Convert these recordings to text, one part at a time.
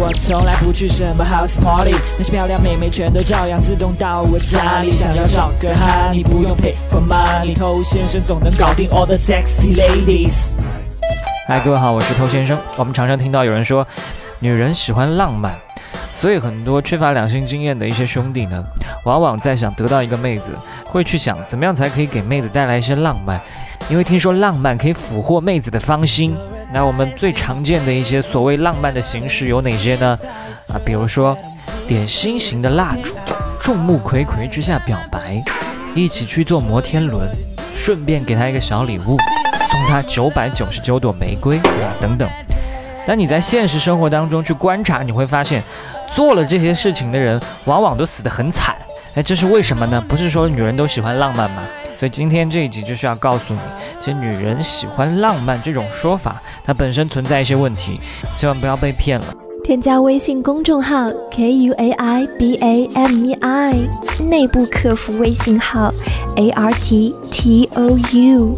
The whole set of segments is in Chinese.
我从来不去什么 house party， 那些漂亮妹妹全都照样自动到我家里。想要找个哈，你不用 pay for money， 偷先生总能搞定 all the sexy ladies。 嗨，各位好，我是偷先生。我们常常听到有人说，女人喜欢浪漫，所以很多缺乏两性经验的一些兄弟呢，往往在想得到一个妹子，会去想怎么样才可以给妹子带来一些浪漫，因为听说浪漫可以俘获妹子的芳心。那我们最常见的一些所谓浪漫的形式有哪些呢？比如说点心形的蜡烛，众目睽睽之下表白，一起去坐摩天轮，顺便给她一个小礼物，送她999朵玫瑰等等。但你在现实生活当中去观察，你会发现做了这些事情的人往往都死得很惨。这是为什么呢？不是说女人都喜欢浪漫吗？所以今天这一集就是要告诉你，其实女人喜欢浪漫这种说法，它本身存在一些问题，千万不要被骗了。 添加微信公众号 KUAIBAMEI， 内部客服微信号 ARTTOU。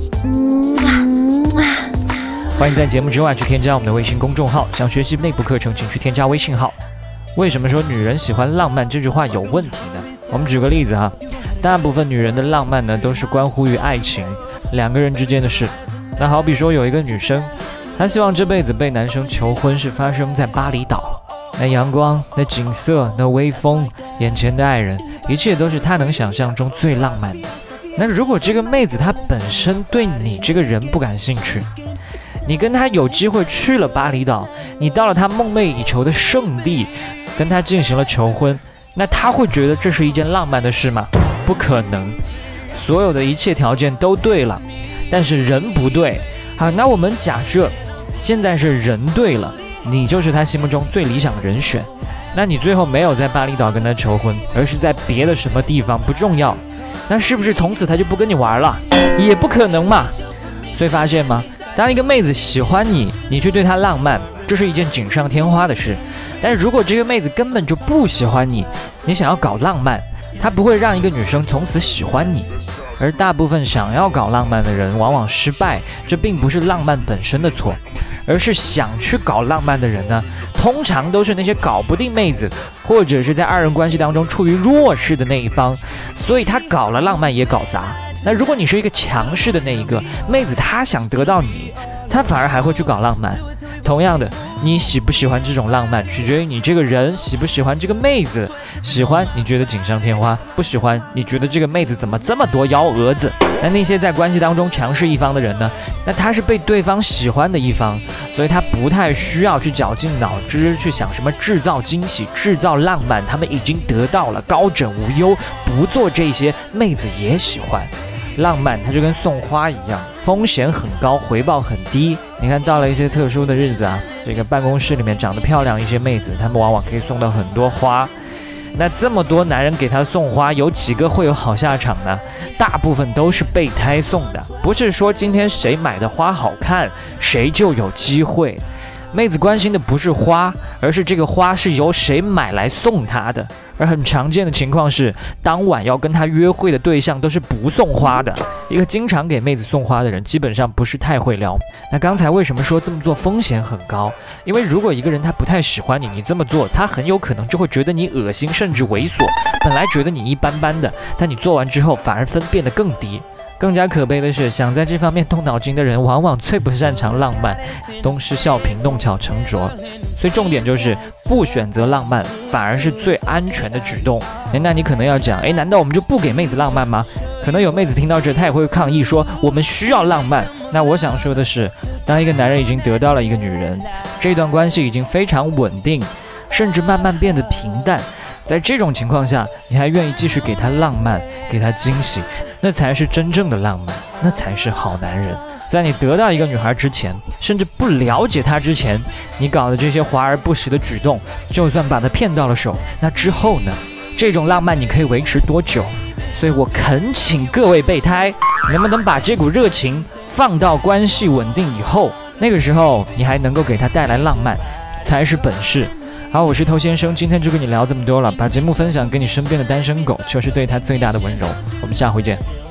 欢迎在节目之外去添加我们的微信公众号，想学习内部课程请去添加微信号。为什么说女人喜欢浪漫这句话有问题呢？我们举个例子哈，大部分女人的浪漫呢都是关乎于爱情，两个人之间的事。那好比说有一个女生，她希望这辈子被男生求婚是发生在巴厘岛，那阳光，那景色，那微风，眼前的爱人，一切都是她能想象中最浪漫的。那如果这个妹子她本身对你这个人不感兴趣，你跟她有机会去了巴厘岛，你到了她梦寐以求的圣地，跟她进行了求婚，那她会觉得这是一件浪漫的事吗？不可能。所有的一切条件都对了，但是人不对。好，那我们假设现在是人对了，你就是她心目中最理想的人选，那你最后没有在巴厘岛跟她求婚，而是在别的什么地方，不重要，那是不是从此她就不跟你玩了？也不可能嘛。所以发现吗？当一个妹子喜欢你，你去对她浪漫，这是一件锦上添花的事。但是如果这个妹子根本就不喜欢你，你想要搞浪漫，她不会让一个女生从此喜欢你。而大部分想要搞浪漫的人往往失败，这并不是浪漫本身的错，而是想去搞浪漫的人呢，通常都是那些搞不定妹子，或者是在二人关系当中处于弱势的那一方，所以他搞了浪漫也搞砸。那如果你是一个强势的那一个，妹子她想得到你，她反而还会去搞浪漫。同样的，你喜不喜欢这种浪漫，取决于你这个人喜不喜欢这个妹子。喜欢，你觉得锦上添花；不喜欢，你觉得这个妹子怎么这么多幺蛾子？那些在关系当中强势一方的人呢？那他是被对方喜欢的一方，所以他不太需要去绞尽脑汁去想什么制造惊喜、制造浪漫，他们已经得到了，高枕无忧，不做这些，妹子也喜欢。浪漫它就跟送花一样，风险很高，回报很低。你看到了一些特殊的日子啊，这个办公室里面长得漂亮一些妹子，她们往往可以送到很多花。那这么多男人给她送花，有几个会有好下场呢？大部分都是备胎送的，不是说今天谁买的花好看，谁就有机会。妹子关心的不是花，而是这个花是由谁买来送她的。而很常见的情况是，当晚要跟她约会的对象都是不送花的。一个经常给妹子送花的人，基本上不是太会撩。那刚才为什么说这么做风险很高？因为如果一个人他不太喜欢你，你这么做，他很有可能就会觉得你恶心，甚至猥琐。本来觉得你一般般的，但你做完之后反而分变得更低。更加可悲的是，想在这方面动脑筋的人，往往最不擅长浪漫，东施效颦，弄巧成拙。所以重点就是不选择浪漫，反而是最安全的举动。那你可能要讲，难道我们就不给妹子浪漫吗？可能有妹子听到这，她也会抗议说，我们需要浪漫。那我想说的是，当一个男人已经得到了一个女人，这段关系已经非常稳定，甚至慢慢变得平淡，在这种情况下，你还愿意继续给她浪漫，给她惊喜，那才是真正的浪漫，那才是好男人。在你得到一个女孩之前，甚至不了解她之前，你搞的这些华而不实的举动，就算把她骗到了手，那之后呢？这种浪漫你可以维持多久？所以我恳请各位备胎，能不能把这股热情放到关系稳定以后，那个时候你还能够给她带来浪漫，才是本事。好，我是头先生，今天就跟你聊这么多了，把节目分享给你身边的单身狗，就是对他最大的温柔。我们下回见。